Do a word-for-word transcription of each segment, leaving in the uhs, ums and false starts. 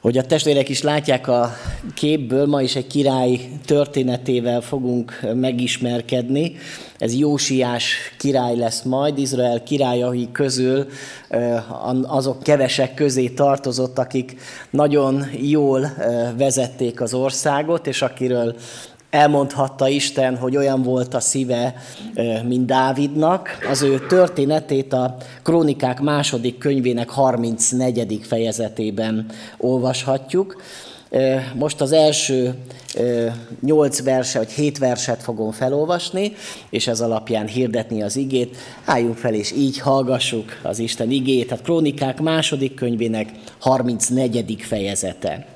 Hogy a testvérek is látják a képből, ma is egy király történetével fogunk megismerkedni. Ez Jósiás király lesz majd, Izrael királyai közül azok kevesek közé tartozott, akik nagyon jól vezették az országot, és akiről elmondhatta Isten, hogy olyan volt a szíve, mint Dávidnak. Az ő történetét a Krónikák második könyvének harmincnegyedik fejezetében olvashatjuk. Most az első nyolc verset, vagy hét verset fogom felolvasni, és ez alapján hirdetni az igét. Álljunk fel, és így hallgassuk az Isten igét. A Krónikák második könyvének harmincnegyedik fejezete.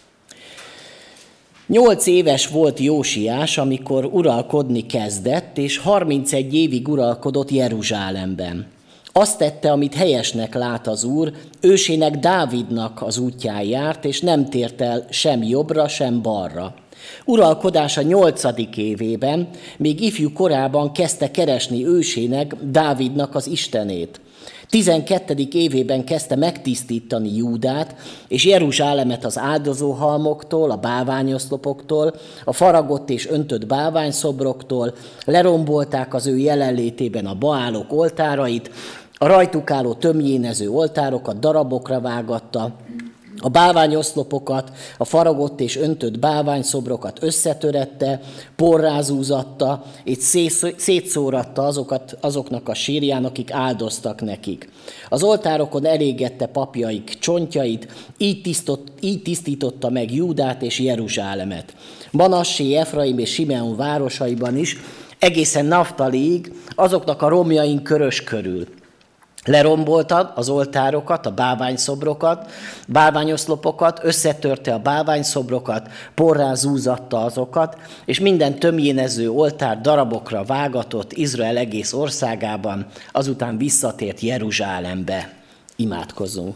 Nyolc éves volt Jósiás, amikor uralkodni kezdett, és harmincegy évig uralkodott Jeruzsálemben. Azt tette, amit helyesnek lát az Úr, ősének Dávidnak az útján járt, és nem tért el sem jobbra, sem balra. Uralkodása nyolcadik évében, még ifjú korában kezdte keresni ősének, Dávidnak az Istenét. tizenkettedik évében kezdte megtisztítani Júdát és Jeruzsálemet az áldozóhalmoktól, a bálványoszlopoktól, a faragott és öntött bálványszobroktól, lerombolták az ő jelenlétében a baálok oltárait, a rajtuk álló tömjénező oltárokat darabokra vágatta, a bálványoszlopokat, a faragott és öntött bálványszobrokat összetörette, porrázúzatta, és szétszóratta azokat, azoknak a sírján, akik áldoztak nekik. Az oltárokon elégette papjaik csontjait, így, tisztott, így tisztította meg Júdát és Jeruzsálemet. Manassé, Efraim és Simeon városaiban is, egészen Naftaliig, azoknak a romjain körös körül. Lerombolta az oltárokat, a bálványszobrokat, bálványoszlopokat, összetörte a bálványszobrokat, porrá zúzatta azokat, és minden tömjénező oltár darabokra vágatott Izrael egész országában, azután visszatért Jeruzsálembe. Imádkozzunk.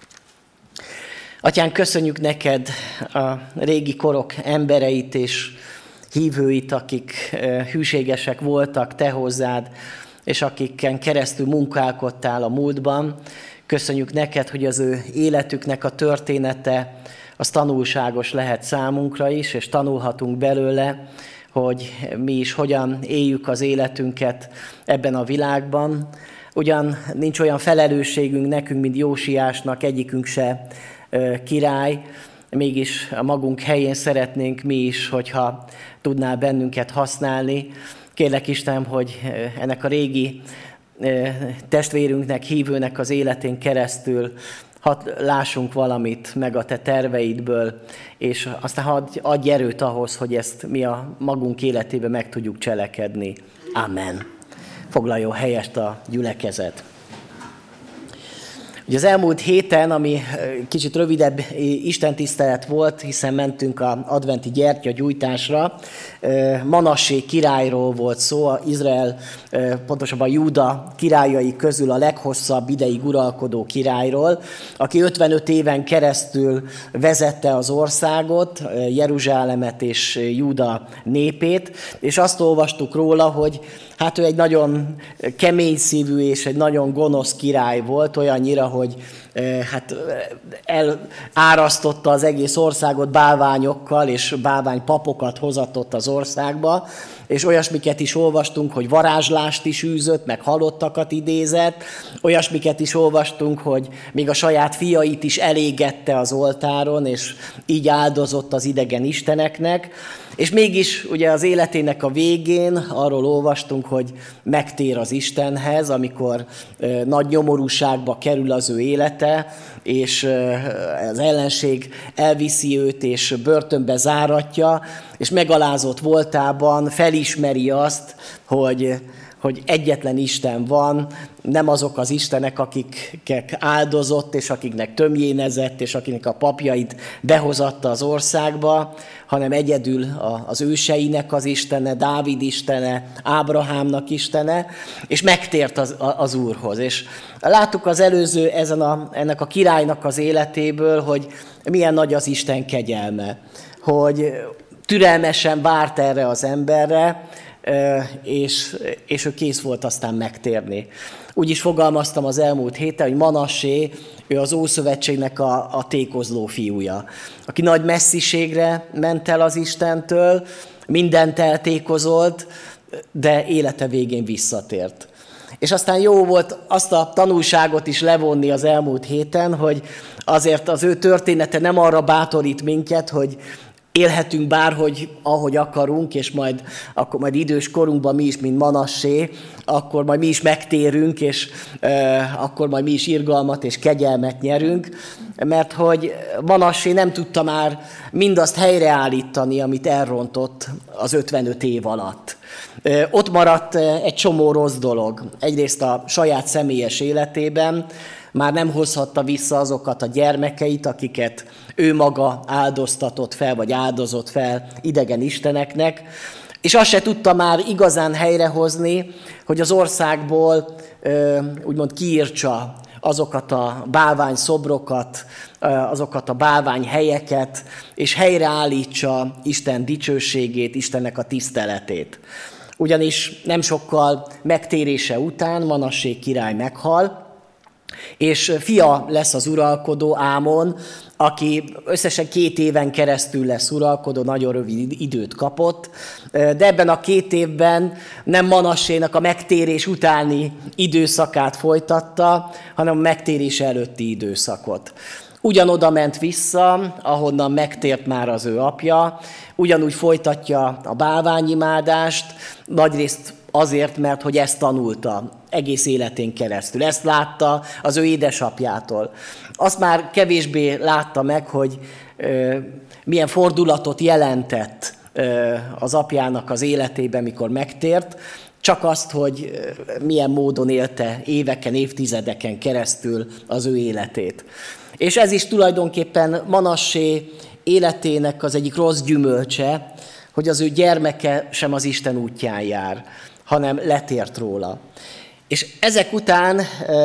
Atyán, köszönjük neked a régi korok embereit és hívőit, akik hűségesek voltak te hozzád, és akikken keresztül munkálkodtál a múltban. Köszönjük neked, hogy az ő életüknek a története az tanulságos lehet számunkra is, és tanulhatunk belőle, hogy mi is hogyan éljük az életünket ebben a világban. Ugyan nincs olyan felelősségünk nekünk, mint Jósiásnak, egyikünk se király, mégis a magunk helyén szeretnénk mi is, hogyha tudnál bennünket használni. Kérlek Isten, hogy ennek a régi testvérünknek, hívőnek az életén keresztül hadd lássunk valamit meg a te terveidből, és aztán hadd adj erőt ahhoz, hogy ezt mi a magunk életében meg tudjuk cselekedni. Amen. Foglaljon helyest a gyülekezet. Ugye az elmúlt héten, ami kicsit rövidebb istentisztelet volt, hiszen mentünk az adventi gyertyagyújtásra, Manassé királyról volt szó, Izrael, pontosabban Júda királyai közül a leghosszabb ideig uralkodó királyról, aki ötvenöt éven keresztül vezette az országot, Jeruzsálemet és Júda népét, és azt olvastuk róla, hogy hát ő egy nagyon kemény szívű és egy nagyon gonosz király volt, olyannyira, hogy hát elárasztotta az egész országot bálványokkal, és bálványpapokat hozatott az országba, és olyasmiket is olvastunk, hogy varázslást is űzött, meg halottakat idézett, olyasmiket is olvastunk, hogy még a saját fiait is elégette az oltáron, és így áldozott az idegen isteneknek, és mégis ugye az életének a végén arról olvastunk, hogy megtér az Istenhez, amikor e, nagy nyomorúságba kerül az ő élete, és e, az ellenség elviszi őt, és börtönbe záratja, és megalázott voltában felismeri azt, hogy hogy egyetlen Isten van, nem azok az istenek, akik áldozott, és akiknek tömjénezett, és akiknek a papjait behozatta az országba, hanem egyedül az őseinek az Istene, Dávid Istene, Ábrahámnak Istene, és megtért az, az Úrhoz. És láttuk az előző ezen a, ennek a királynak az életéből, hogy milyen nagy az Isten kegyelme, hogy türelmesen várt erre az emberre, és, és ő kész volt aztán megtérni. Úgy is fogalmaztam az elmúlt héten, hogy Manassé, ő az Ószövetségnek a, a tékozló fiúja, aki nagy messziségre ment el az Istentől, mindent eltékozolt, de élete végén visszatért. És aztán jó volt azt a tanulságot is levonni az elmúlt héten, hogy azért az ő története nem arra bátorít minket, hogy élhetünk bárhogy, ahogy akarunk, és majd, akkor majd idős korunkban mi is, mint Manassé, akkor majd mi is megtérünk, és e, akkor majd mi is irgalmat és kegyelmet nyerünk, mert hogy Manassé nem tudta már mindazt helyreállítani, amit elrontott az ötvenöt év alatt. E, ott maradt egy csomó rossz dolog. Egyrészt a saját személyes életében, már nem hozhatta vissza azokat a gyermekeit, akiket ő maga áldoztatott fel, vagy áldozott fel idegen isteneknek, és azt se tudta már igazán helyrehozni, hogy az országból úgymond kiírtsa azokat a bálvány szobrokat, azokat a bálvány helyeket, és helyreállítsa Isten dicsőségét, Istennek a tiszteletét. Ugyanis nem sokkal megtérése után Manassé király meghal, és fia lesz az uralkodó, Ámon, aki összesen két éven keresztül lesz uralkodó, nagyon rövid időt kapott, de ebben a két évben nem Manassénak a megtérés utáni időszakát folytatta, hanem a megtérés előtti időszakot. Ugyanoda ment vissza, ahonnan megtért már az ő apja, ugyanúgy folytatja a bálványimádást, nagyrészt azért, mert hogy ezt tanulta egész életén keresztül. Ezt látta az ő édesapjától. Azt már kevésbé látta meg, hogy ö, milyen fordulatot jelentett ö, az apjának az életében, mikor megtért, csak azt, hogy milyen módon élte éveken, évtizedeken keresztül az ő életét. És ez is tulajdonképpen Manassé életének az egyik rossz gyümölcse, hogy az ő gyermeke sem az Isten útján jár, hanem letért róla. És ezek után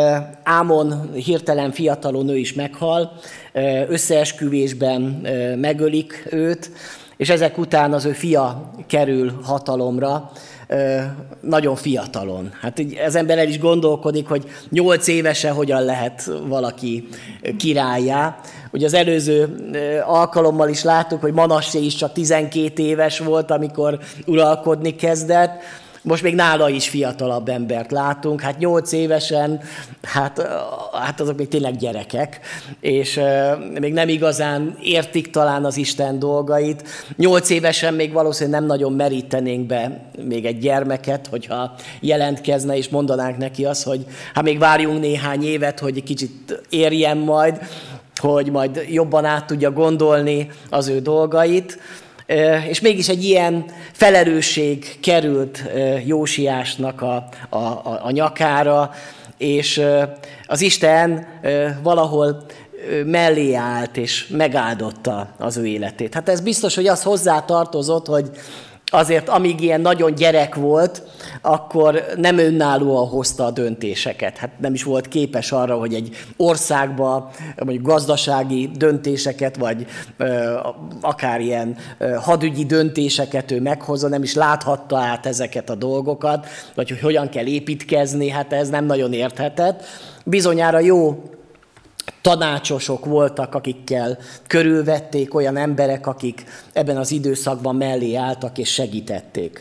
Ámon hirtelen fiatalon ő is meghal, összeesküvésben megölik őt, és ezek után az ő fia kerül hatalomra, nagyon fiatalon. Hát így az ember el is gondolkodik, hogy nyolc évesen hogyan lehet valaki királlyá. Ugye az előző alkalommal is láttuk, hogy Manassé is csak tizenkét éves volt, amikor uralkodni kezdett. Most még nála is fiatalabb embert látunk, hát nyolc évesen, hát, hát azok még tényleg gyerekek, és euh, még nem igazán értik talán az Isten dolgait. Nyolc évesen még valószínűleg nem nagyon merítenénk be még egy gyermeket, hogyha jelentkezne, és mondanánk neki azt, hogy hát még várjunk néhány évet, hogy egy kicsit érjen majd, hogy majd jobban át tudja gondolni az ő dolgait. És mégis egy ilyen felelősség került Jósiásnak a, a, a, a nyakára, és az Isten valahol mellé állt, és megáldotta az ő életét. Hát ez biztos, hogy az hozzá tartozott, hogy azért amíg ilyen nagyon gyerek volt, akkor nem önállóan hozta a döntéseket. Hát nem is volt képes arra, hogy egy országba mondjuk gazdasági döntéseket, vagy ö, akár ilyen ö, hadügyi döntéseket ő meghozza, nem is láthatta át ezeket a dolgokat, vagy hogy hogyan kell építkezni, hát ez nem nagyon érthetett. Bizonyára jó tanácsosok voltak, akikkel körülvették, olyan emberek, akik ebben az időszakban mellé álltak és segítették.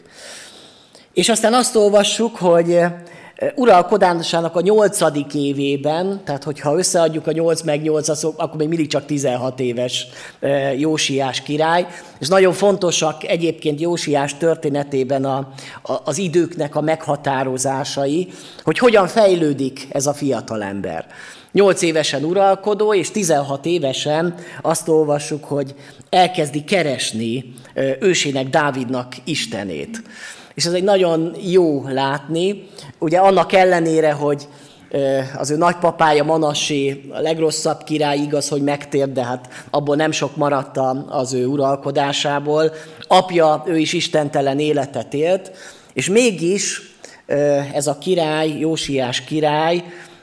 És aztán azt olvassuk, hogy uralkodásának a nyolcadik évében, tehát hogyha összeadjuk a nyolc meg nyolc, akkor még mindig csak tizenhat éves Jósiás király, és nagyon fontosak egyébként Jósiás történetében a, a, az időknek a meghatározásai, hogy hogyan fejlődik ez a fiatalember. Nyolc évesen uralkodó, és tizenhat évesen azt olvassuk, hogy elkezdi keresni ősének, Dávidnak Istenét. És ez egy nagyon jó látni, ugye annak ellenére, hogy az ő nagypapája Manassé a legrosszabb király, igaz, hogy megtért, de hát abból nem sok maradt az ő uralkodásából. Apja, ő is istentelen életet élt, és mégis ez a király, Jósiás király,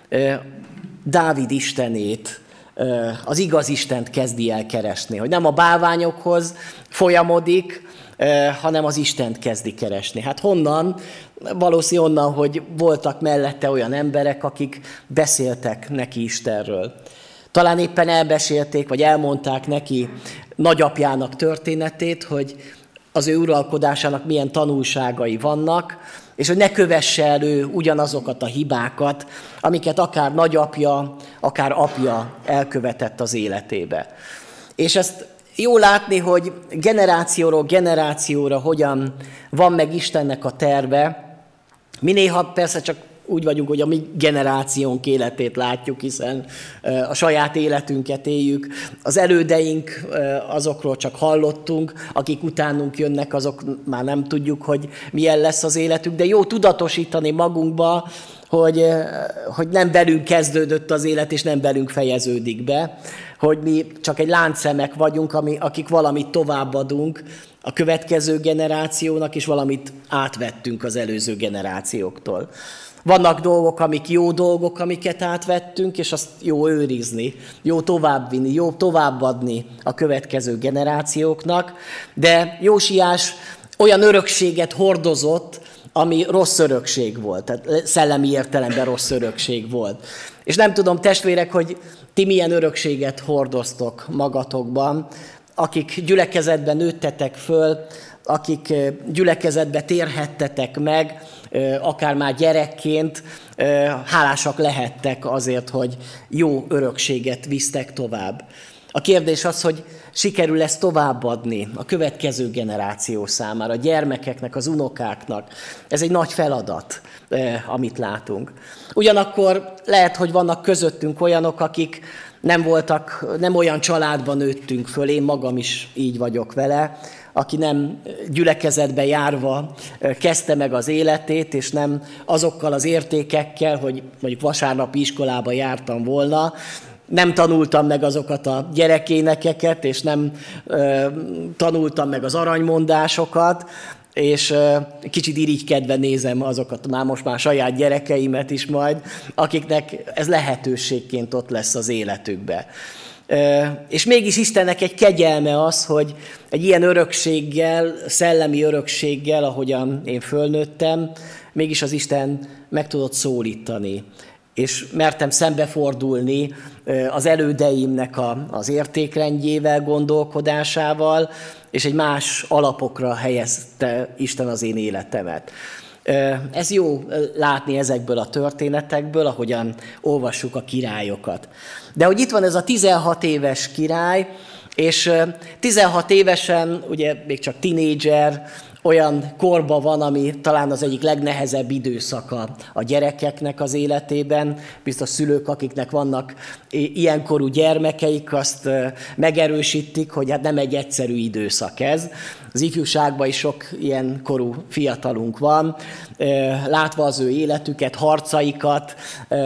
Dávid istenét, az igaz Istent kezdi el keresni, hogy nem a bálványokhoz folyamodik, hanem az Istent kezdi keresni. Hát honnan? Valószínűleg onnan, hogy voltak mellette olyan emberek, akik beszéltek neki Istenről. Talán éppen elbesélték, vagy elmondták neki nagyapjának történetét, hogy az ő uralkodásának milyen tanulságai vannak, és hogy ne kövesse elő ugyanazokat a hibákat, amiket akár nagyapja, akár apja elkövetett az életébe. És ezt jó látni, hogy generációról generációra hogyan van meg Istennek a terve. Mi néha persze csak úgy vagyunk, hogy a mi generációnk életét látjuk, hiszen a saját életünket éljük. Az elődeink, azokról csak hallottunk, akik utánunk jönnek, azok már nem tudjuk, hogy milyen lesz az életük, de jó tudatosítani magunkba, hogy, hogy nem velünk kezdődött az élet, és nem velünk fejeződik be, hogy mi csak egy láncszemek vagyunk, ami, akik valamit továbbadunk a következő generációnak, és valamit átvettünk az előző generációktól. Vannak dolgok, amik jó dolgok, amiket átvettünk, és azt jó őrizni, jó továbbvinni, jó továbbadni a következő generációknak, de Jósiás olyan örökséget hordozott, ami rossz örökség volt, tehát szellemi értelemben rossz örökség volt. És nem tudom, testvérek, hogy ti milyen örökséget hordoztok magatokban, akik gyülekezetben nőttetek föl, akik gyülekezetbe térhettetek meg, akár már gyerekként, hálásak lehettek azért, hogy jó örökséget visztek tovább. A kérdés az, hogy sikerül ezt továbbadni a következő generáció számára, a gyermekeknek, az unokáknak. Ez egy nagy feladat, amit látunk. Ugyanakkor lehet, hogy vannak közöttünk olyanok, akik nem voltak, nem olyan családban nőttünk föl, én magam is így vagyok vele, aki nem gyülekezetbe járva kezdte meg az életét, és nem azokkal az értékekkel, hogy mondjuk vasárnapi iskolába jártam volna, nem tanultam meg azokat a gyerekénekeket, és nem ö, tanultam meg az aranymondásokat, és ö, kicsit irigykedve nézem azokat, már most már saját gyerekeimet is majd, akiknek ez lehetőségként ott lesz az életükbe. És mégis Istennek egy kegyelme az, hogy egy ilyen örökséggel, szellemi örökséggel, ahogyan én fölnőttem, mégis az Isten meg tudott szólítani. És mertem szembefordulni az elődeimnek a, az értékrendjével, gondolkodásával, és egy más alapokra helyezte Isten az én életemet. Ez jó látni ezekből a történetekből, ahogyan olvassuk a királyokat. De hogy itt van ez a tizenhat éves király, és tizenhat évesen, ugye még csak tinédzser, olyan korban van, ami talán az egyik legnehezebb időszaka a gyerekeknek az életében. Biztos szülők, akiknek vannak ilyenkorú gyermekeik, azt megerősítik, hogy hát nem egy egyszerű időszak ez. Az ifjúságban is sok ilyen korú fiatalunk van. Látva az ő életüket, harcaikat,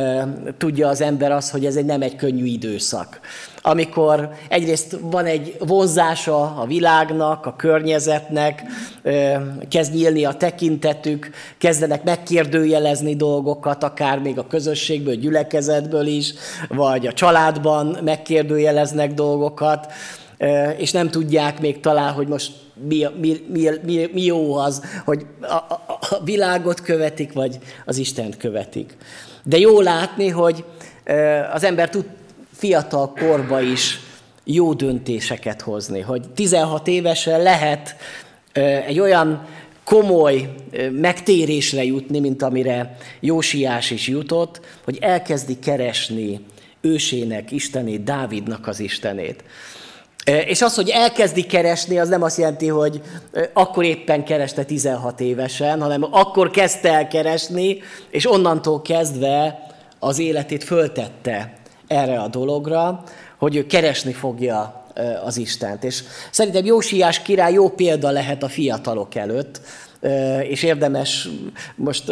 tudja az ember azt, hogy ez egy nem egy könnyű időszak. Amikor egyrészt van egy vonzása a világnak, a környezetnek, kezd nyílni a tekintetük, kezdenek megkérdőjelezni dolgokat, akár még a közösségből, gyülekezetből is, vagy a családban megkérdőjeleznek dolgokat, és nem tudják még talán, hogy most mi, mi, mi, mi, mi jó az, hogy a, a, a világot követik, vagy az Istent követik. De jó látni, hogy az ember tud fiatal korba is jó döntéseket hozni, hogy tizenhat évesen lehet egy olyan komoly megtérésre jutni, mint amire Jósiás is jutott, hogy elkezdi keresni ősének Istenét, Dávidnak az Istenét. És az, hogy elkezdi keresni, az nem azt jelenti, hogy akkor éppen kereste tizenhat évesen, hanem akkor kezdte el keresni, és onnantól kezdve az életét föltette erre a dologra, hogy ő keresni fogja az Istent. És szerintem Jósiás király jó példa lehet a fiatalok előtt, és érdemes, most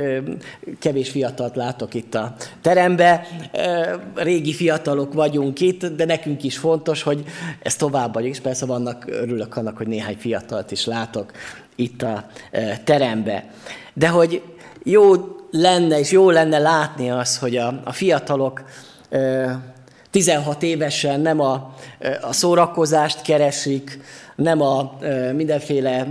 kevés fiatalt látok itt a teremben, régi fiatalok vagyunk itt, de nekünk is fontos, hogy ez továbbadjuk, és persze vannak, örülök annak, hogy néhány fiatalt is látok itt a teremben. De hogy jó lenne, és jó lenne látni azt, hogy a, a fiatalok tizenhat évesen nem a, a szórakozást keresik, nem a mindenféle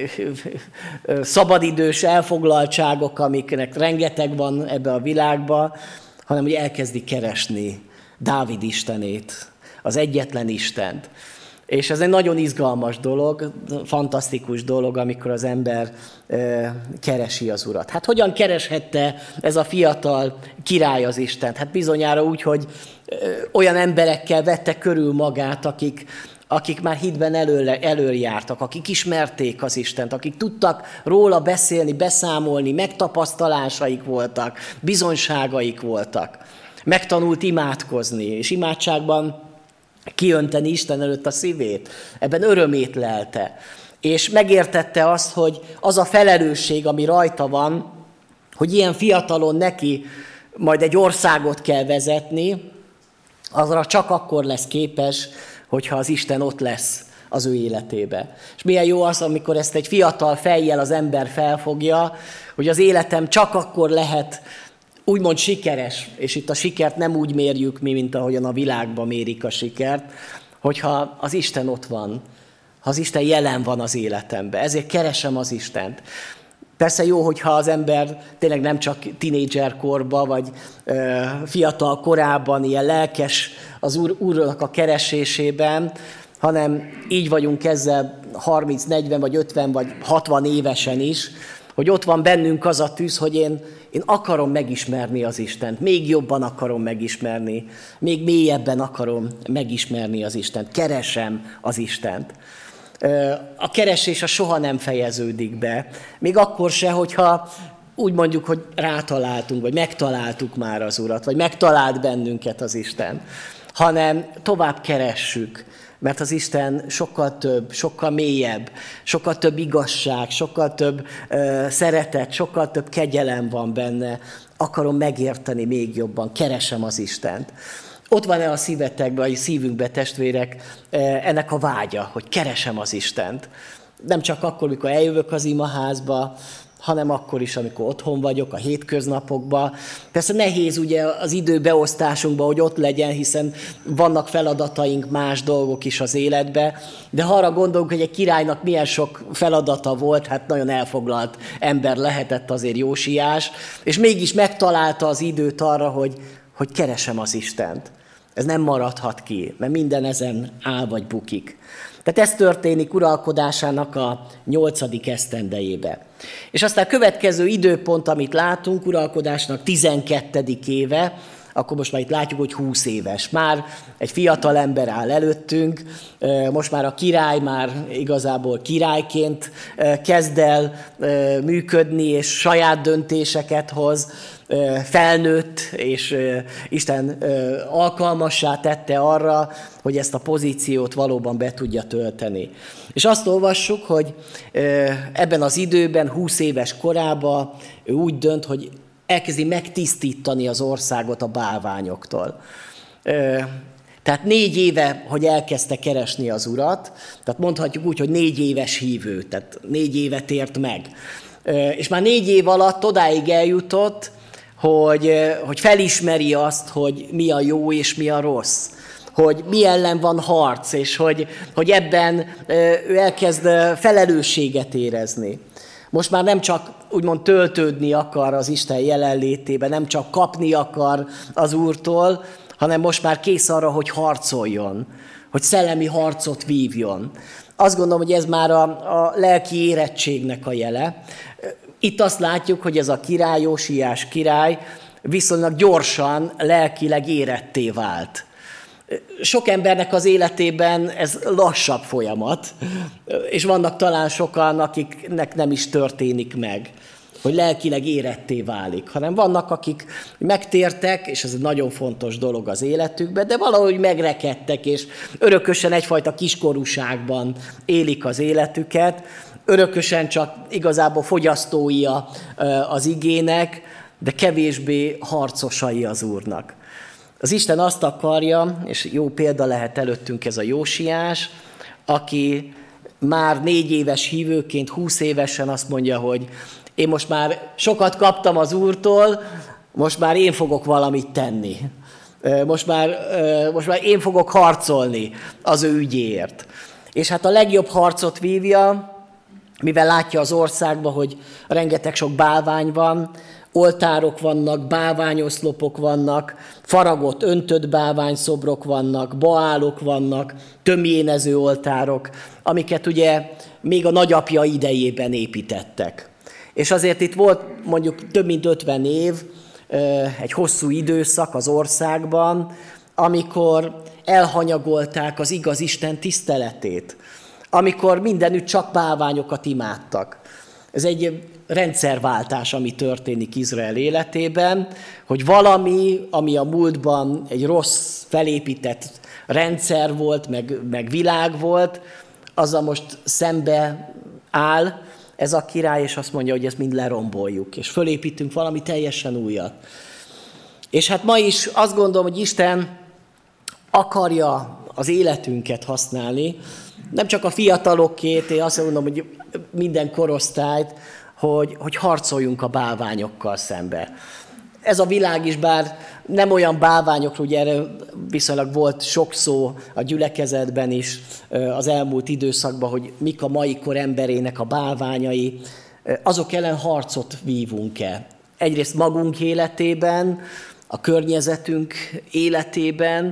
szabadidős elfoglaltságok, amiknek rengeteg van ebbe a világba, hanem hogy elkezdik keresni Dávid istenét, az egyetlen Istent. És ez egy nagyon izgalmas dolog, fantasztikus dolog, amikor az ember keresi az Urat. Hát hogyan kereshette ez a fiatal király az Istent? Hát bizonyára úgy, hogy olyan emberekkel vette körül magát, akik, akik már hitben elől, előjártak, akik ismerték az Istent, akik tudtak róla beszélni, beszámolni, megtapasztalásaik voltak, bizonyságaik voltak. Megtanult imádkozni, és imádságban kiönteni Isten előtt a szívét. Ebben örömét lelte. És megértette azt, hogy az a felelősség, ami rajta van, hogy ilyen fiatalon neki majd egy országot kell vezetni, azra csak akkor lesz képes, hogyha az Isten ott lesz az ő életébe. És milyen jó az, amikor ezt egy fiatal fejjel az ember felfogja, hogy az életem csak akkor lehet úgymond sikeres, és itt a sikert nem úgy mérjük mi, mint ahogyan a világban mérik a sikert, hogyha az Isten ott van, ha az Isten jelen van az életemben. Ezért keresem az Istent. Persze jó, hogyha az ember tényleg nem csak tinédzser korban, vagy ö, fiatal korában ilyen lelkes az úr, Úrnak a keresésében, hanem így vagyunk ezzel harminc, negyven, vagy ötven, vagy hatvan évesen is, hogy ott van bennünk az a tűz, hogy én, én akarom megismerni az Istent, még jobban akarom megismerni, még mélyebben akarom megismerni az Istent, keresem az Istent. A keresés a soha nem fejeződik be, még akkor se, hogyha úgy mondjuk, hogy rátaláltunk, vagy megtaláltuk már az Urat, vagy megtalált bennünket az Isten, hanem tovább keressük, mert az Isten sokkal több, sokkal mélyebb, sokkal több igazság, sokkal több uh, szeretet, sokkal több kegyelem van benne. Akarom megérteni még jobban, keresem az Istent. Ott van-e a szívetekben, a szívünkben, testvérek, ennek a vágya, hogy keresem az Istent. Nem csak akkor, amikor eljövök az imaházba, hanem akkor is, amikor otthon vagyok, a hétköznapokban. Persze nehéz ugye az időbeosztásunkban, hogy ott legyen, hiszen vannak feladataink, más dolgok is az életbe, de ha arra gondolunk, hogy egy királynak milyen sok feladata volt, hát nagyon elfoglalt ember lehetett azért Jósiás, és mégis megtalálta az időt arra, hogy, hogy keresem az Istent. Ez nem maradhat ki, mert minden ezen áll vagy bukik. Tehát ez történik uralkodásának a nyolcadik esztendejébe. És aztán a következő időpont, amit látunk, uralkodásnak tizenkettedik éve, akkor most már itt látjuk, hogy húsz éves. Már egy fiatal ember áll előttünk, most már a király már igazából királyként kezd el működni, és saját döntéseket hoz, felnőtt, és Isten alkalmassá tette arra, hogy ezt a pozíciót valóban be tudja tölteni. És azt olvassuk, hogy ebben az időben, húsz éves korában ő úgy dönt, hogy elkezdi megtisztítani az országot a bálványoktól. Tehát négy éve, hogy elkezdte keresni az Urat, tehát mondhatjuk úgy, hogy négy éves hívő, tehát négy éve tért meg. És már négy év alatt odáig eljutott, hogy, hogy felismeri azt, hogy mi a jó és mi a rossz, hogy mi ellen van harc, és hogy, hogy ebben ő elkezd felelősséget érezni. Most már nem csak úgymond töltődni akar az Isten jelenlétében, nem csak kapni akar az Úrtól, hanem most már kész arra, hogy harcoljon, hogy szellemi harcot vívjon. Azt gondolom, hogy ez már a, a lelki érettségnek a jele. Itt azt látjuk, hogy ez a király, Jósiás király viszonylag gyorsan lelkileg éretté vált. Sok embernek az életében ez lassabb folyamat, és vannak talán sokan, akiknek nem is történik meg, hogy lelkileg éretté válik, hanem vannak, akik megtértek, és ez egy nagyon fontos dolog az életükben, de valahogy megrekedtek, és örökösen egyfajta kiskorúságban élik az életüket, örökösen csak igazából fogyasztói az igének, de kevésbé harcosai az Úrnak. Az Isten azt akarja, és jó példa lehet előttünk ez a Jósiás, aki már négy éves hívőként, húsz évesen azt mondja, hogy én most már sokat kaptam az Úrtól, most már én fogok valamit tenni. Most már, most már én fogok harcolni az ő ügyéért. És hát a legjobb harcot vívja, mivel látja az országban, hogy rengeteg sok bálvány van, oltárok vannak, bálványoszlopok vannak, faragott, öntött bálványszobrok vannak, baálok vannak, tömjénező oltárok, amiket ugye még a nagyapja idejében építettek. És azért itt volt mondjuk több mint ötven év, egy hosszú időszak az országban, amikor elhanyagolták az igaz Isten tiszteletét, amikor mindenütt csak bálványokat imádtak. Ez egy rendszerváltás, ami történik Izrael életében, hogy valami, ami a múltban egy rossz, felépített rendszer volt, meg, meg világ volt, azzal most szembe áll ez a király, és azt mondja, hogy ezt mind leromboljuk, és fölépítünk valami teljesen újat. És hát ma is azt gondolom, hogy Isten akarja az életünket használni, nem csak a fiatalokét, én azt mondom, hogy minden korosztályt, hogy, hogy harcoljunk a bálványokkal szembe. Ez a világ is, bár nem olyan bálványokról, ugye erre viszonylag volt sok szó a gyülekezetben is az elmúlt időszakban, hogy mik a mai kor emberének a bálványai, azok ellen harcot vívunk-e. Egyrészt magunk életében, a környezetünk életében,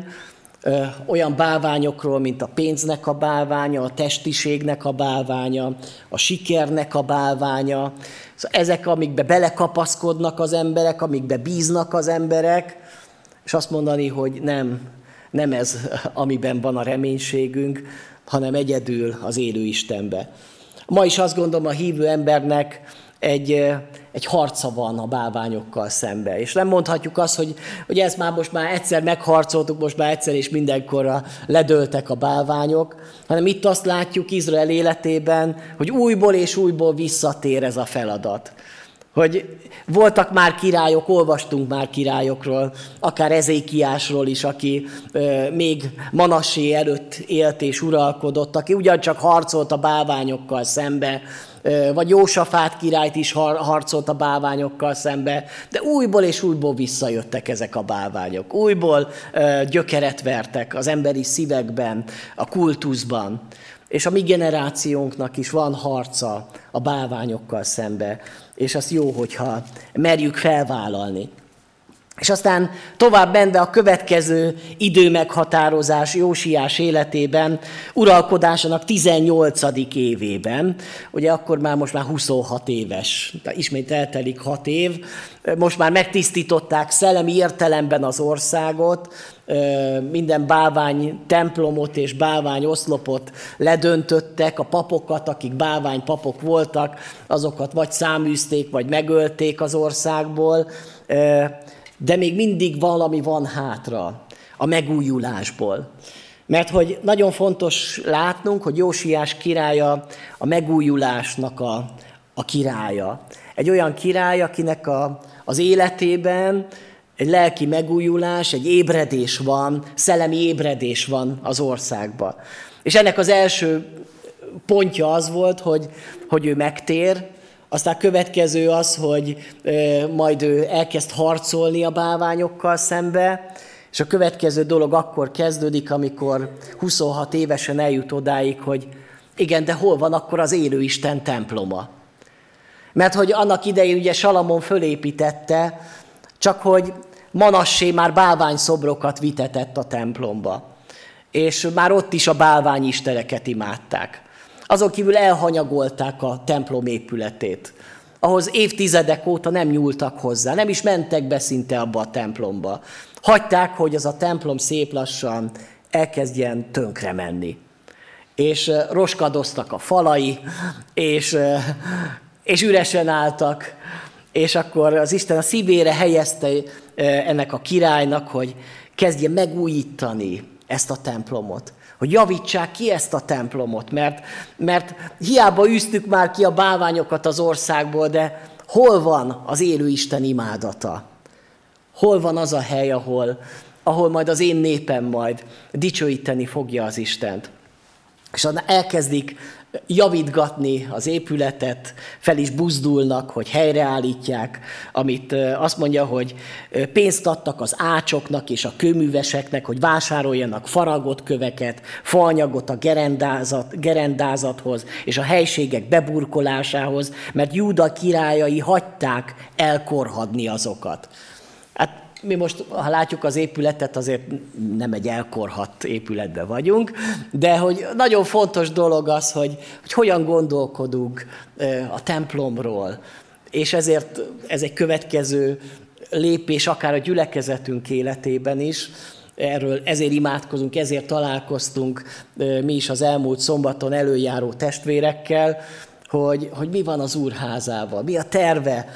olyan bálványokról, mint a pénznek a bálványa, a testiségnek a bálványa, a sikernek a bálványa. Ezek, amikbe belekapaszkodnak az emberek, amikbe bíznak az emberek, és azt mondani, hogy nem, nem ez, amiben van a reménységünk, hanem egyedül az élő Istenbe. Ma is azt gondolom, a hívő embernek egy, egy harca van a bálványokkal szembe. És nem mondhatjuk azt, hogy, hogy ezt már most már egyszer megharcoltuk, most már egyszer és mindenkorra ledőltek a bálványok, hanem itt azt látjuk Izrael életében, hogy újból és újból visszatér ez a feladat. Hogy voltak már királyok, olvastunk már királyokról, akár Ezékiásról is, aki euh, még Manassé előtt élt és uralkodott, aki ugyancsak harcolt a bálványokkal szembe, euh, vagy Jósafát királyt is har- harcolt a bálványokkal szembe, de újból és újból visszajöttek ezek a bálványok. Újból euh, gyökeret vertek az emberi szívekben, a kultuszban. És a mi generációnknak is van harca a bálványokkal szembe, és az jó, hogyha merjük felvállalni. És aztán tovább menve a következő időmeghatározás Jósiás életében, uralkodásának tizennyolcadik évében, ugye akkor már most már huszonhat éves, ismét eltelik hat év, most már megtisztították szellemi értelemben az országot, minden bálvány templomot és bálvány oszlopot ledöntöttek, a papokat, akik bálvány papok voltak, azokat vagy száműzték, vagy megölték az országból, de még mindig valami van hátra a megújulásból. Mert hogy nagyon fontos látnunk, hogy Jósiás királya a megújulásnak a, a királya. Egy olyan király, akinek a, az életében egy lelki megújulás, egy ébredés van, szellemi ébredés van az országban. És ennek az első pontja az volt, hogy, hogy ő megtér, aztán következő az, hogy majd ő elkezd harcolni a bálványokkal szembe, és a következő dolog akkor kezdődik, amikor huszonhat évesen eljut odáig, hogy igen, de hol van akkor az élő Isten temploma? Mert hogy annak idején ugye Salamon fölépítette, csak hogy Manassé már bálványszobrokat vitetett a templomba, és már ott is a bálványisteneket imádták. Azon kívül elhanyagolták a templom épületét, ahhoz évtizedek óta nem nyúltak hozzá, nem is mentek be szinte abba a templomba. Hagyták, hogy az a templom szép lassan elkezdjen tönkre menni. És roskadoztak a falai, és, és üresen álltak, és akkor az Isten a szívére helyezte ennek a királynak, hogy kezdje megújítani ezt a templomot. Hogy javítsák ki ezt a templomot, mert, mert hiába űztük már ki a bálványokat az országból, de hol van az élő Isten imádata? Hol van az a hely, ahol, ahol majd az én népem majd dicsőíteni fogja az Istent? és elkezdik javítgatni az épületet, fel is buzdulnak, hogy helyreállítják, amit azt mondja, hogy pénzt adtak az ácsoknak és a kőműveseknek, hogy vásároljanak faragott köveket, faanyagot a gerendázat, gerendázathoz és a helységek beburkolásához, mert Júda királyai hagyták elkorhadni azokat. Hát mi most, ha látjuk az épületet, azért nem egy elkorhadt épületben vagyunk, de hogy nagyon fontos dolog az, hogy, hogy hogyan gondolkodunk a templomról, és ezért ez egy következő lépés akár a gyülekezetünk életében is. Erről ezért imádkozunk, ezért találkoztunk mi is az elmúlt szombaton előjáró testvérekkel, Hogy, hogy mi van az Úr házával, mi a terve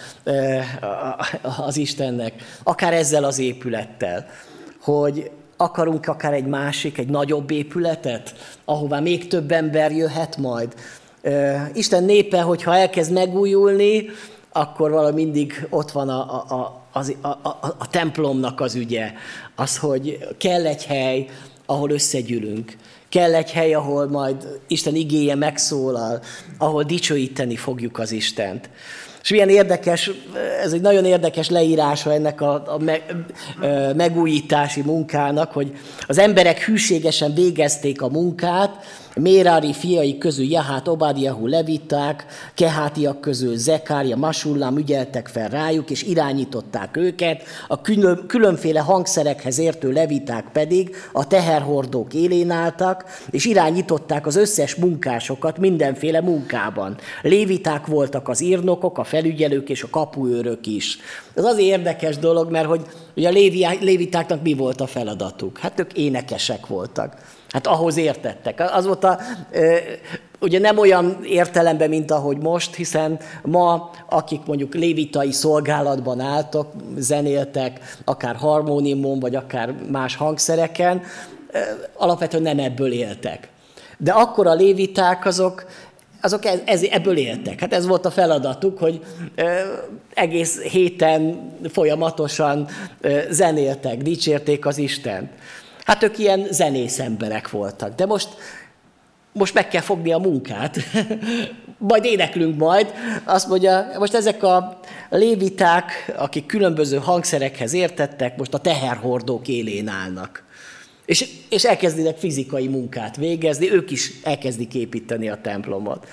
az Istennek, akár ezzel az épülettel, hogy akarunk akár egy másik, egy nagyobb épületet, ahová még több ember jöhet majd. Isten népe, hogyha elkezd megújulni, akkor valami mindig ott van a, a, a, a, a, a templomnak az ügye, az, hogy kell egy hely, ahol összegyűlünk. Kell egy hely, ahol majd Isten igéje megszólal, ahol dicsőíteni fogjuk az Istent. És milyen érdekes, ez egy nagyon érdekes leírása ennek a, a me, a megújítási munkának, hogy az emberek hűségesen végezték a munkát, Mérári fiai közül Jahát, Obadiahu leviták, Kehátiak közül Zekária, Masullám ügyeltek fel rájuk, és irányították őket, a külön, különféle hangszerekhez értő leviták pedig a teherhordók élén álltak, és irányították az összes munkásokat mindenféle munkában. Léviták voltak az írnokok, a felügyelők és a kapuőrök is. Ez azért érdekes dolog, mert hogy ugye a lévi, lévitáknak mi volt a feladatuk? Hát ők énekesek voltak. Hát ahhoz értettek. Az volt a, ugye nem olyan értelemben, mint ahogy most, hiszen ma, akik mondjuk lévitai szolgálatban álltak, zenéltek, akár harmóniumon, vagy akár más hangszereken, alapvetően nem ebből éltek. De akkor a léviták azok, azok ez, ez, ebből éltek. Hát ez volt a feladatuk, hogy egész héten folyamatosan zenéltek, dicsérték az Istent. Hát ők ilyen zenész emberek voltak, de most, most meg kell fogni a munkát, majd éneklünk majd. Azt mondja, most ezek a léviták, akik különböző hangszerekhez értettek, most a teherhordók élén állnak. És, és elkezdenek fizikai munkát végezni, ők is elkezdik építeni a templomot.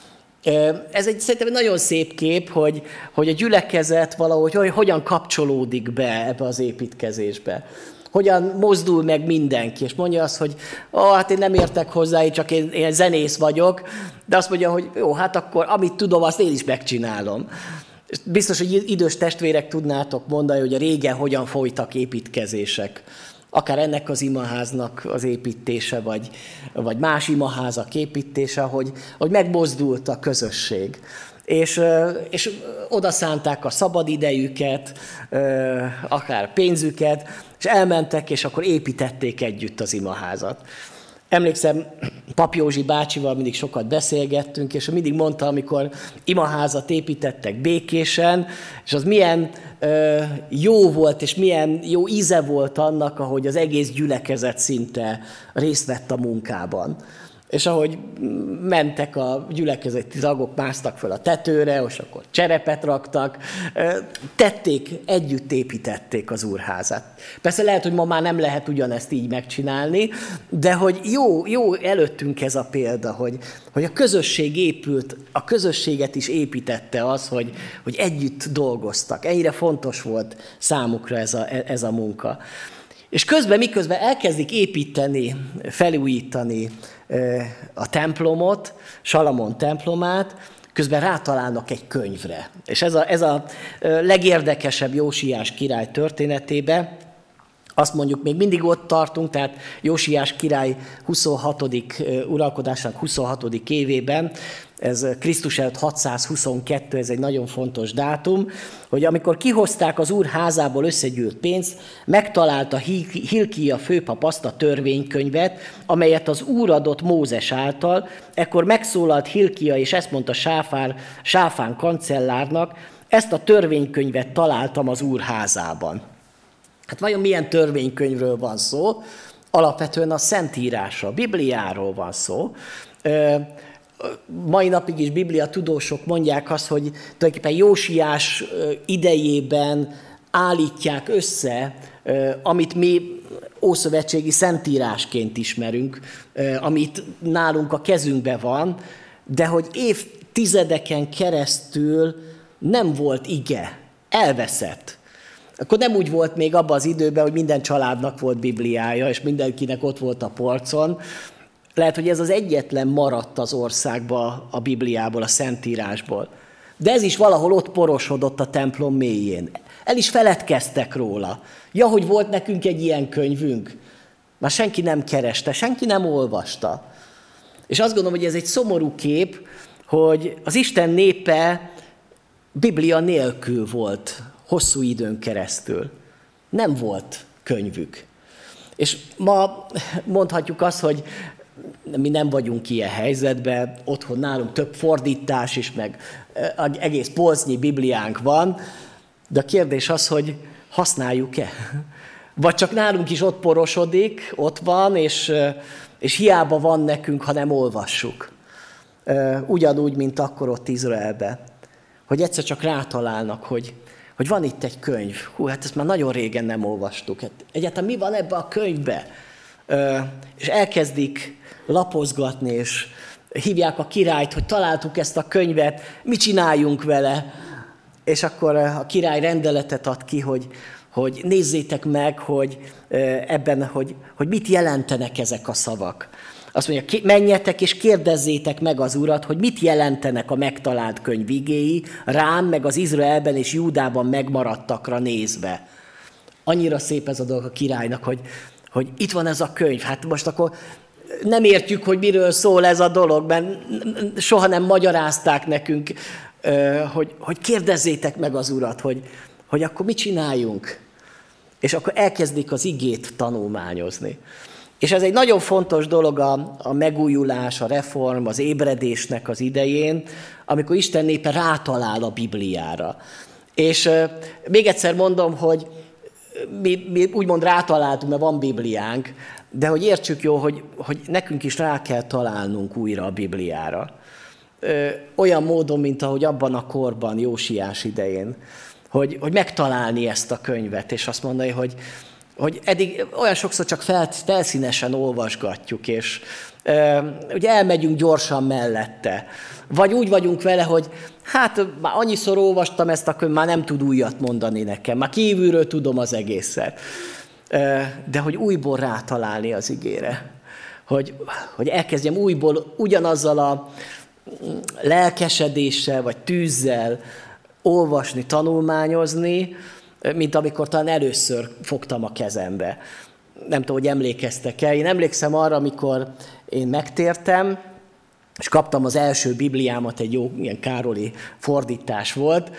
Ez egy szerintem egy nagyon szép kép, hogy, hogy a gyülekezet valahogy hogy, hogyan kapcsolódik be ebbe az építkezésbe. Hogyan mozdul meg mindenki, és mondja azt, hogy ó, hát én nem értek hozzá, csak én, én zenész vagyok, de azt mondja, hogy jó, hát akkor amit tudom, azt én is megcsinálom. Biztos, hogy idős testvérek tudnátok mondani, hogy a régen hogyan folytak építkezések. Akár ennek az imaháznak az építése, vagy, vagy más imaházak építése, hogy, hogy megmozdult a közösség. És, és oda szánták a szabadidejüket, akár pénzüket, és elmentek, és akkor építették együtt az imaházat. Emlékszem, Pap Józsi bácsival mindig sokat beszélgettünk, és mindig mondta, amikor imaházat építettek Békésen, és az milyen ö, jó volt, és milyen jó íze volt annak, ahogy az egész gyülekezet szinte részt vett a munkában. És ahogy mentek a gyülekezeti tagok, másztak föl a tetőre, és akkor cserepet raktak, tették, együtt építették az úrházat. Persze lehet, hogy ma már nem lehet ugyanezt így megcsinálni, de hogy jó, jó előttünk ez a példa, hogy, hogy a közösség épült, a közösséget is építette az, hogy, hogy együtt dolgoztak. Ennyire fontos volt számukra ez a, ez a munka. És közben, miközben elkezdik építeni, felújítani a templomot, Salamon templomát, közben rátalálnak egy könyvre. És ez a, ez a legérdekesebb Jósiás király történetében. Azt mondjuk, még mindig ott tartunk, tehát Jósiás király huszonhatodik uralkodásának huszonhatodik évében, ez Krisztus előtt hatszázhuszonkettő, ez egy nagyon fontos dátum, hogy amikor kihozták az úr házából összegyűlt pénzt, megtalálta Hilkia főpap azt a törvénykönyvet, amelyet az úr adott Mózes által, ekkor megszólalt Hilkia, és ezt mondta Sáfár, Sáfán kancellárnak, ezt a törvénykönyvet találtam az úr házában. Hát vajon milyen törvénykönyvről van szó? alapvetően a Szentírásra, a Bibliáról van szó. Mai napig is Biblia tudósok mondják azt, hogy tulajdonképpen Jósiás idejében állítják össze, amit mi ószövetségi szentírásként ismerünk, amit nálunk a kezünkben van, de hogy évtizedeken keresztül nem volt ige, elveszett. Akkor nem úgy volt még abban az időben, hogy minden családnak volt Bibliája, és mindenkinek ott volt a polcon. Lehet, hogy ez az egyetlen maradt az országba a Bibliából, a Szentírásból. De ez is valahol ott porosodott a templom mélyén. El is feledkeztek róla. Ja, hogy volt nekünk egy ilyen könyvünk. Már senki nem kereste, senki nem olvasta. És azt gondolom, hogy ez egy szomorú kép, hogy az Isten népe Biblia nélkül volt hosszú időn keresztül. Nem volt könyvük. És ma mondhatjuk azt, hogy mi nem vagyunk ilyen helyzetben, otthon nálunk több fordítás is, meg egész polcnyi Bibliánk van, de a kérdés az, hogy használjuk-e? Vagy csak nálunk is ott porosodik, ott van, és, és hiába van nekünk, ha nem olvassuk. Ugyanúgy, mint akkor ott Izraelben. Hogy egyszer csak rátalálnak, hogy, hogy van itt egy könyv. Hú, hát ezt már nagyon régen nem olvastuk. Hát egyáltalán mi van ebbe a könyvbe? És elkezdik lapozgatni, és hívják a királyt, hogy találtuk ezt a könyvet, mit csináljunk vele? És akkor a király rendeletet ad ki, hogy, hogy nézzétek meg, hogy ebben, hogy, hogy mit jelentenek ezek a szavak. Azt mondja, menjetek és kérdezzétek meg az Urat, hogy mit jelentenek a megtalált könyv igéi rám, meg az Izraelben és Júdában megmaradtakra nézve. Annyira szép ez a dolog a királynak, hogy, hogy itt van ez a könyv. Hát most akkor nem értjük, hogy miről szól ez a dolog, mert soha nem magyarázták nekünk, hogy, hogy kérdezzétek meg az Urat, hogy, hogy akkor mit csináljunk. És akkor elkezdik az igét tanulmányozni. És ez egy nagyon fontos dolog a, a megújulás, a reform, az ébredésnek az idején, amikor Isten népe rátalál a Bibliára. És euh, még egyszer mondom, hogy mi, mi úgymond rátaláltunk, mert van Bibliánk, de hogy értsük jó, hogy, hogy nekünk is rá kell találnunk újra a Bibliára. Ö, olyan módon, mint ahogy abban a korban, Jósiás idején, hogy, hogy megtalálni ezt a könyvet, és azt mondani, hogy hogy eddig olyan sokszor csak felszínesen olvasgatjuk, és e, ugye elmegyünk gyorsan mellette. Vagy úgy vagyunk vele, hogy hát már annyiszor olvastam ezt a könyvet, már nem tud újat mondani nekem, már kívülről tudom az egészet. E, de hogy újból rátalálni az igére. Hogy, hogy elkezdjem újból ugyanazzal a lelkesedéssel, vagy tűzzel olvasni, tanulmányozni, mint amikor talán először fogtam a kezembe. Nem tudom, hogy emlékeztek-e. Én emlékszem arra, amikor én megtértem, és kaptam az első Bibliámat, egy jó ilyen Károli fordítás volt,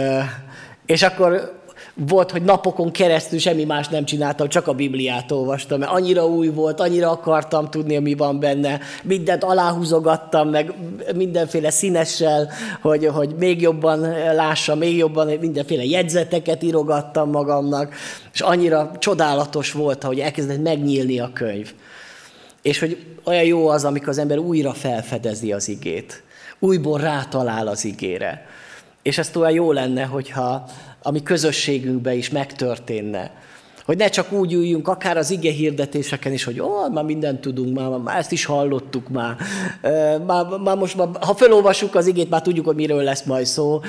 és akkor volt, hogy napokon keresztül semmi más nem csináltam, csak a Bibliát olvastam, mert annyira új volt, annyira akartam tudni, mi van benne, mindent aláhúzogattam, meg mindenféle színessel, hogy, hogy még jobban lássam, még jobban mindenféle jegyzeteket írogattam magamnak, és annyira csodálatos volt, hogy elkezdett megnyílni a könyv. És hogy olyan jó az, amikor az ember újra felfedezi az igét, újból rátalál az igére. És ez olyan jó lenne, hogyha a mi közösségünkben is megtörténne. Hogy ne csak úgy üljünk, akár az ige hirdetéseken is, hogy ó, már mindent tudunk, már, már ezt is hallottuk már. Már, már most, már, ha felolvassuk az igét, már tudjuk, hogy miről lesz majd szó.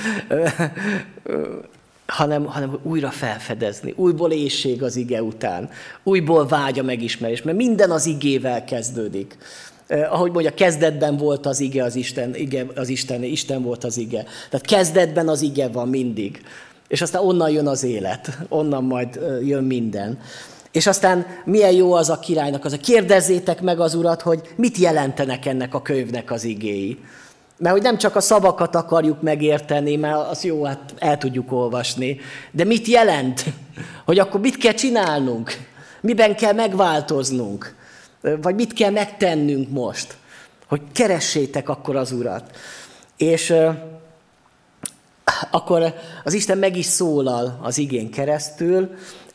hanem, hanem újra felfedezni, újból éhség az ige után, újból vágy a megismerés, mert minden az igével kezdődik. Eh, ahogy mondja, kezdetben volt az ige, az Isten, ige, az Isten, Isten volt az ige. Tehát kezdetben az ige van mindig. És aztán onnan jön az élet, onnan majd jön minden. És aztán milyen jó az a királynak, az a kérdezzétek meg az Urat, hogy mit jelentenek ennek a könyvnek az igéi. Mert hogy nem csak a szavakat akarjuk megérteni, mert az jó, hát el tudjuk olvasni, de mit jelent? Hogy akkor mit kell csinálnunk? Miben kell megváltoznunk? Vagy mit kell megtennünk most? Hogy keressétek akkor az Urat. És akkor az Isten meg is szólal az igén keresztül,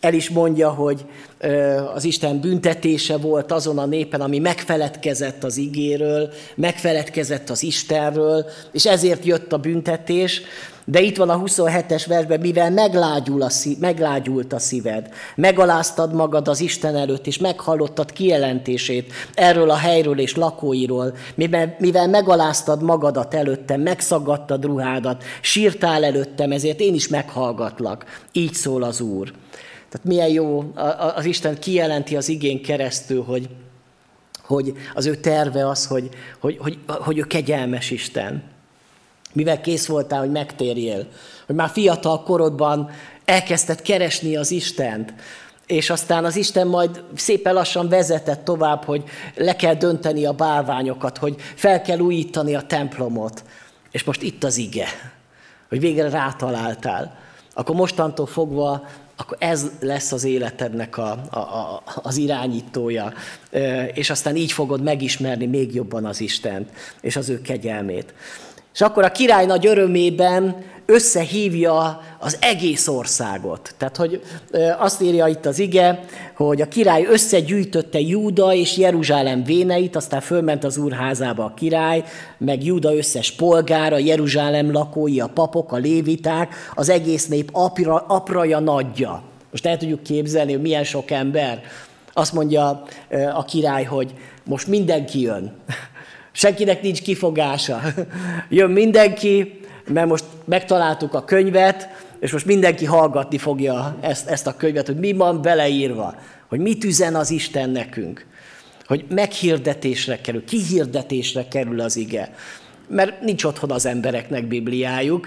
el is mondja, hogy az Isten büntetése volt azon a népen, ami megfeledkezett az igéről, megfeledkezett az Istenről, és ezért jött a büntetés. De itt van a huszonhetes versben, mivel meglágyul a szív, meglágyult a szíved, megaláztad magad az Isten előtt, és meghallottad kijelentését erről a helyről és lakóiról, mivel, mivel megaláztad magadat előttem, megszaggattad ruhádat, sírtál előttem, ezért én is meghallgatlak. Így szól az Úr. Tehát milyen jó, az Isten kijelenti az igén keresztül, hogy, hogy az ő terve az, hogy, hogy, hogy, hogy ő kegyelmes Isten. Mivel kész voltál, hogy megtérjél, hogy már fiatal korodban elkezdted keresni az Istent, és aztán az Isten majd szépen lassan vezetett tovább, hogy le kell dönteni a bálványokat, hogy fel kell újítani a templomot. És most itt az ige, hogy végre rátaláltál. Akkor mostantól fogva, akkor ez lesz az életednek a, a, a, az irányítója, és aztán így fogod megismerni még jobban az Istent, és az ő kegyelmét. És akkor a király nagy örömében összehívja az egész országot. Tehát, hogy azt írja itt az ige, hogy a király összegyűjtötte Júda és Jeruzsálem véneit, aztán fölment az úr házába a király, meg Júda összes polgára, Jeruzsálem lakói, a papok, a léviták, az egész nép apra, apraja nagyja. Most el tudjuk képzelni, hogy milyen sok ember. Azt mondja a király, hogy most mindenki jön. Senkinek nincs kifogása. Jön mindenki, mert most megtaláltuk a könyvet, és most mindenki hallgatni fogja ezt, ezt a könyvet, hogy mi van beleírva, hogy mit üzen az Isten nekünk, hogy meghirdetésre kerül, kihirdetésre kerül az ige. Mert nincs otthon az embereknek Bibliájuk,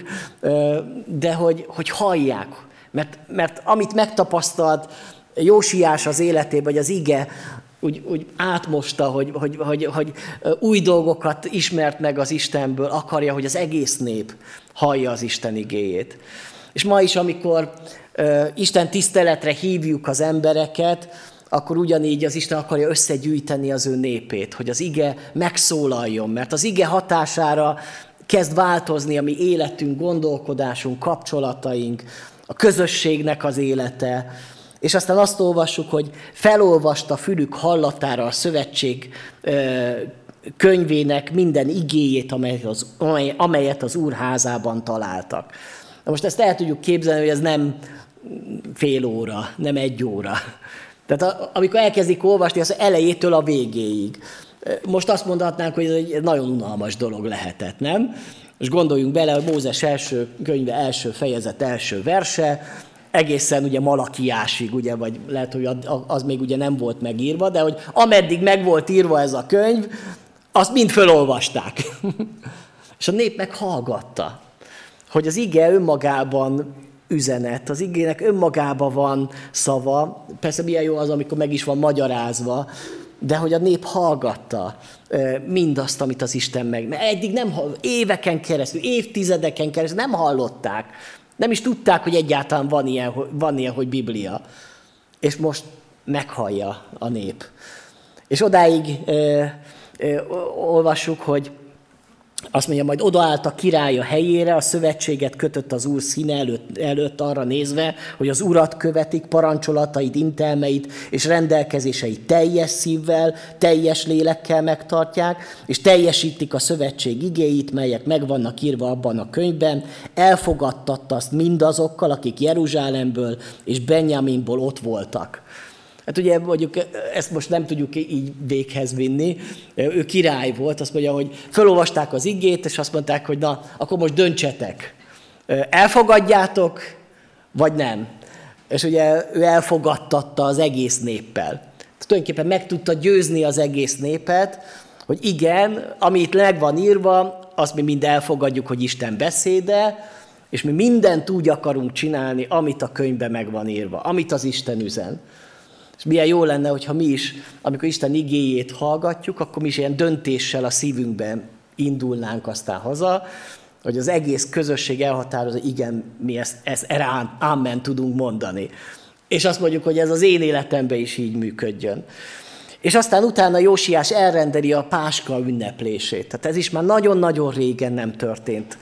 de hogy, hogy hallják, mert, mert amit megtapasztalt Jósiás az életében, vagy az ige, Úgy, úgy átmosta, hogy, hogy, hogy, hogy új dolgokat ismert meg az Istenből, akarja, hogy az egész nép hallja az Isten igéjét. És ma is, amikor uh, Isten tiszteletre hívjuk az embereket, akkor ugyanígy az Isten akarja összegyűjteni az ő népét, hogy az ige megszólaljon, mert az ige hatására kezd változni a mi életünk, gondolkodásunk, kapcsolataink, a közösségnek az élete. És aztán azt olvassuk, hogy felolvasta fülük hallatára a szövetség könyvének minden igéjét, amelyet az, amelyet az Úr házában találtak. Na most ezt el tudjuk képzelni, hogy ez nem fél óra, nem egy óra. Tehát amikor elkezdik olvasni, az elejétől a végéig. Most azt mondhatnánk, hogy ez egy nagyon unalmas dolog lehetett, nem? Most gondoljunk bele, hogy Mózes első könyve első fejezet első verse, egészen ugye Malakiásig, ugye, vagy lehet, hogy az még ugye nem volt megírva, de hogy ameddig meg volt írva ez a könyv, azt mind fölolvasták. És a nép meg hallgatta, hogy az ige önmagában üzenet, az igének önmagában van szava, persze milyen jó az, amikor meg is van magyarázva, de hogy a nép hallgatta mindazt, amit az Isten meg. Mert eddig nem éveken keresztül, évtizedeken keresztül nem hallották, nem is tudták, hogy egyáltalán van ilyen, van ilyen, hogy Biblia. És most meghallja a nép. És odáig ö, ö, olvassuk, hogy azt mondja, majd odaállt a király a helyére, a szövetséget kötött az Úr színe előtt, előtt arra nézve, hogy az Urat követik, parancsolatait, intelmeit és rendelkezéseit teljes szívvel, teljes lélekkel megtartják, és teljesítik a szövetség igéit, melyek meg vannak írva abban a könyvben, elfogadtatta azt mindazokkal, akik Jeruzsálemből és Benjaminból ott voltak. Hát ugye mondjuk ezt most nem tudjuk így véghez vinni. Ő király volt, azt mondja, hogy felolvasták az igét, és azt mondták, hogy na, akkor most döntsetek. Elfogadjátok, vagy nem? És ugye ő elfogadtatta az egész néppel. Tehát tulajdonképpen meg tudta győzni az egész népet, hogy igen, ami itt meg van írva, azt mi mind elfogadjuk, hogy Isten beszéde, és mi mindent úgy akarunk csinálni, amit a könyvben meg van írva, amit az Isten üzen. És milyen jó lenne, hogyha mi is, amikor Isten igéjét hallgatjuk, akkor mi is ilyen döntéssel a szívünkben indulnánk aztán haza, hogy az egész közösség elhatározza, igen, mi ezt, ezt erre ámen tudunk mondani. És azt mondjuk, hogy ez az én életemben is így működjön. És aztán utána Jósiás elrendeli a Páska ünneplését. Tehát ez is már nagyon-nagyon régen nem történt.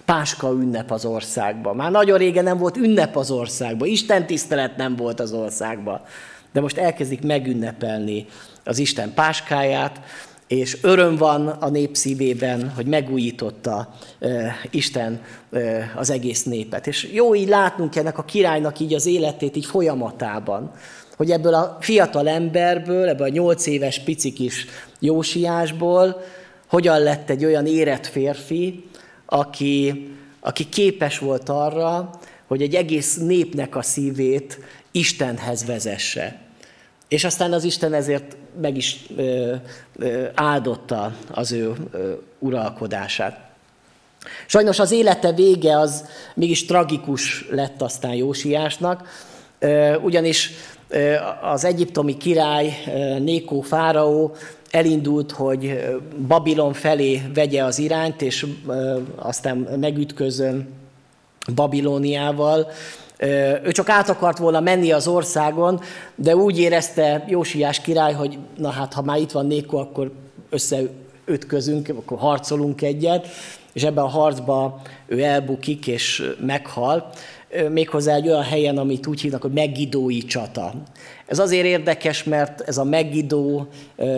Páska ünnep az országban. Már nagyon régen nem volt ünnep az országban, Isten tisztelet nem volt az országban. De most elkezdik megünnepelni az Isten páskáját, és öröm van a nép szívében, hogy megújította uh, Isten uh, az egész népet. És jó így látnunk ennek a királynak így az életét így folyamatában, hogy ebből a fiatal emberből, ebből a nyolc éves picikis Jósiásból hogyan lett egy olyan érett férfi, aki, aki képes volt arra, hogy egy egész népnek a szívét Istenhez vezesse. És aztán az Isten ezért meg is ö, ö, áldotta az ő ö, uralkodását. Sajnos az élete vége az mégis tragikus lett aztán Jósiásnak, ö, ugyanis ö, az egyiptomi király ö, Nékó fáraó elindult, hogy Babilon felé vegye az irányt, és ö, aztán megütközön Babilóniával. Ő csak át akart volna menni az országon, de úgy érezte Jósiás király, hogy na hát, ha már itt van Nékó, akkor összeütközünk, akkor harcolunk egyet, és ebben a harcban ő elbukik és meghal, méghozzá egy olyan helyen, amit úgy hívnak, hogy Meggidói csata. Ez azért érdekes, mert ez a Meggidó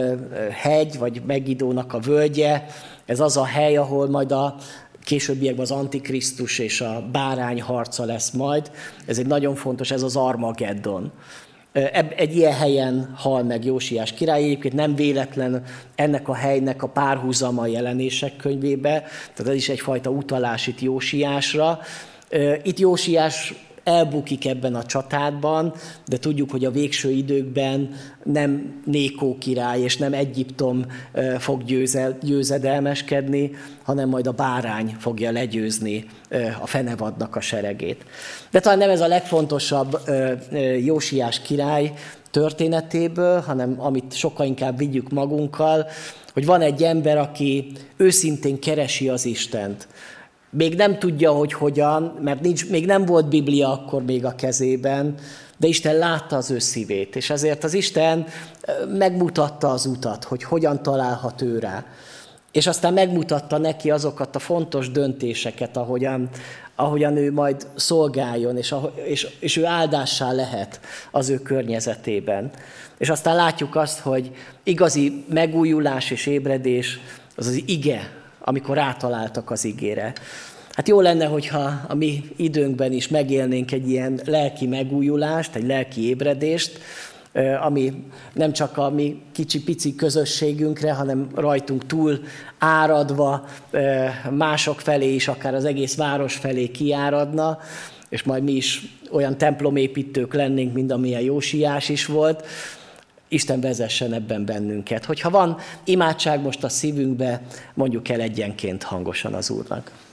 hegy, vagy Meggidónak a völgye, ez az a hely, ahol majd a későbbiekben az Antikrisztus és a bárány harca lesz majd. Ez egy nagyon fontos, ez az Armageddon. Egy ilyen helyen hal meg Jósiás király, egyébként nem véletlen ennek a helynek a párhuzama a Jelenések könyvébe, tehát ez is egyfajta utalás itt Jósiásra. Itt Jósiás elbukik ebben a csatádban, de tudjuk, hogy a végső időkben nem Nékó király és nem Egyiptom fog győzel, győzedelmeskedni, hanem majd a bárány fogja legyőzni a fenevadnak a seregét. De talán nem ez a legfontosabb Jósiás király történetéből, hanem amit sokkal inkább vigyük magunkkal, hogy van egy ember, aki őszintén keresi az Istent. Még nem tudja, hogy hogyan, mert nincs, még nem volt Biblia akkor még a kezében, de Isten látta az ő szívét, és ezért az Isten megmutatta az utat, hogy hogyan találhat ő rá. És aztán megmutatta neki azokat a fontos döntéseket, ahogyan, ahogyan ő majd szolgáljon, és, és, és ő áldássá lehet az ő környezetében. És aztán látjuk azt, hogy igazi megújulás és ébredés az az ige, amikor rátaláltak az igére. Hát jó lenne, hogyha a mi időnkben is megélnénk egy ilyen lelki megújulást, egy lelki ébredést, ami nem csak a mi kicsi-pici közösségünkre, hanem rajtunk túl áradva mások felé is, akár az egész város felé kiáradna, és majd mi is olyan templomépítők lennénk, mint amilyen Jósiás is volt. Isten vezessen ebben bennünket. Hogyha van imádság most a szívünkbe, mondjuk el egyenként hangosan az Úrnak.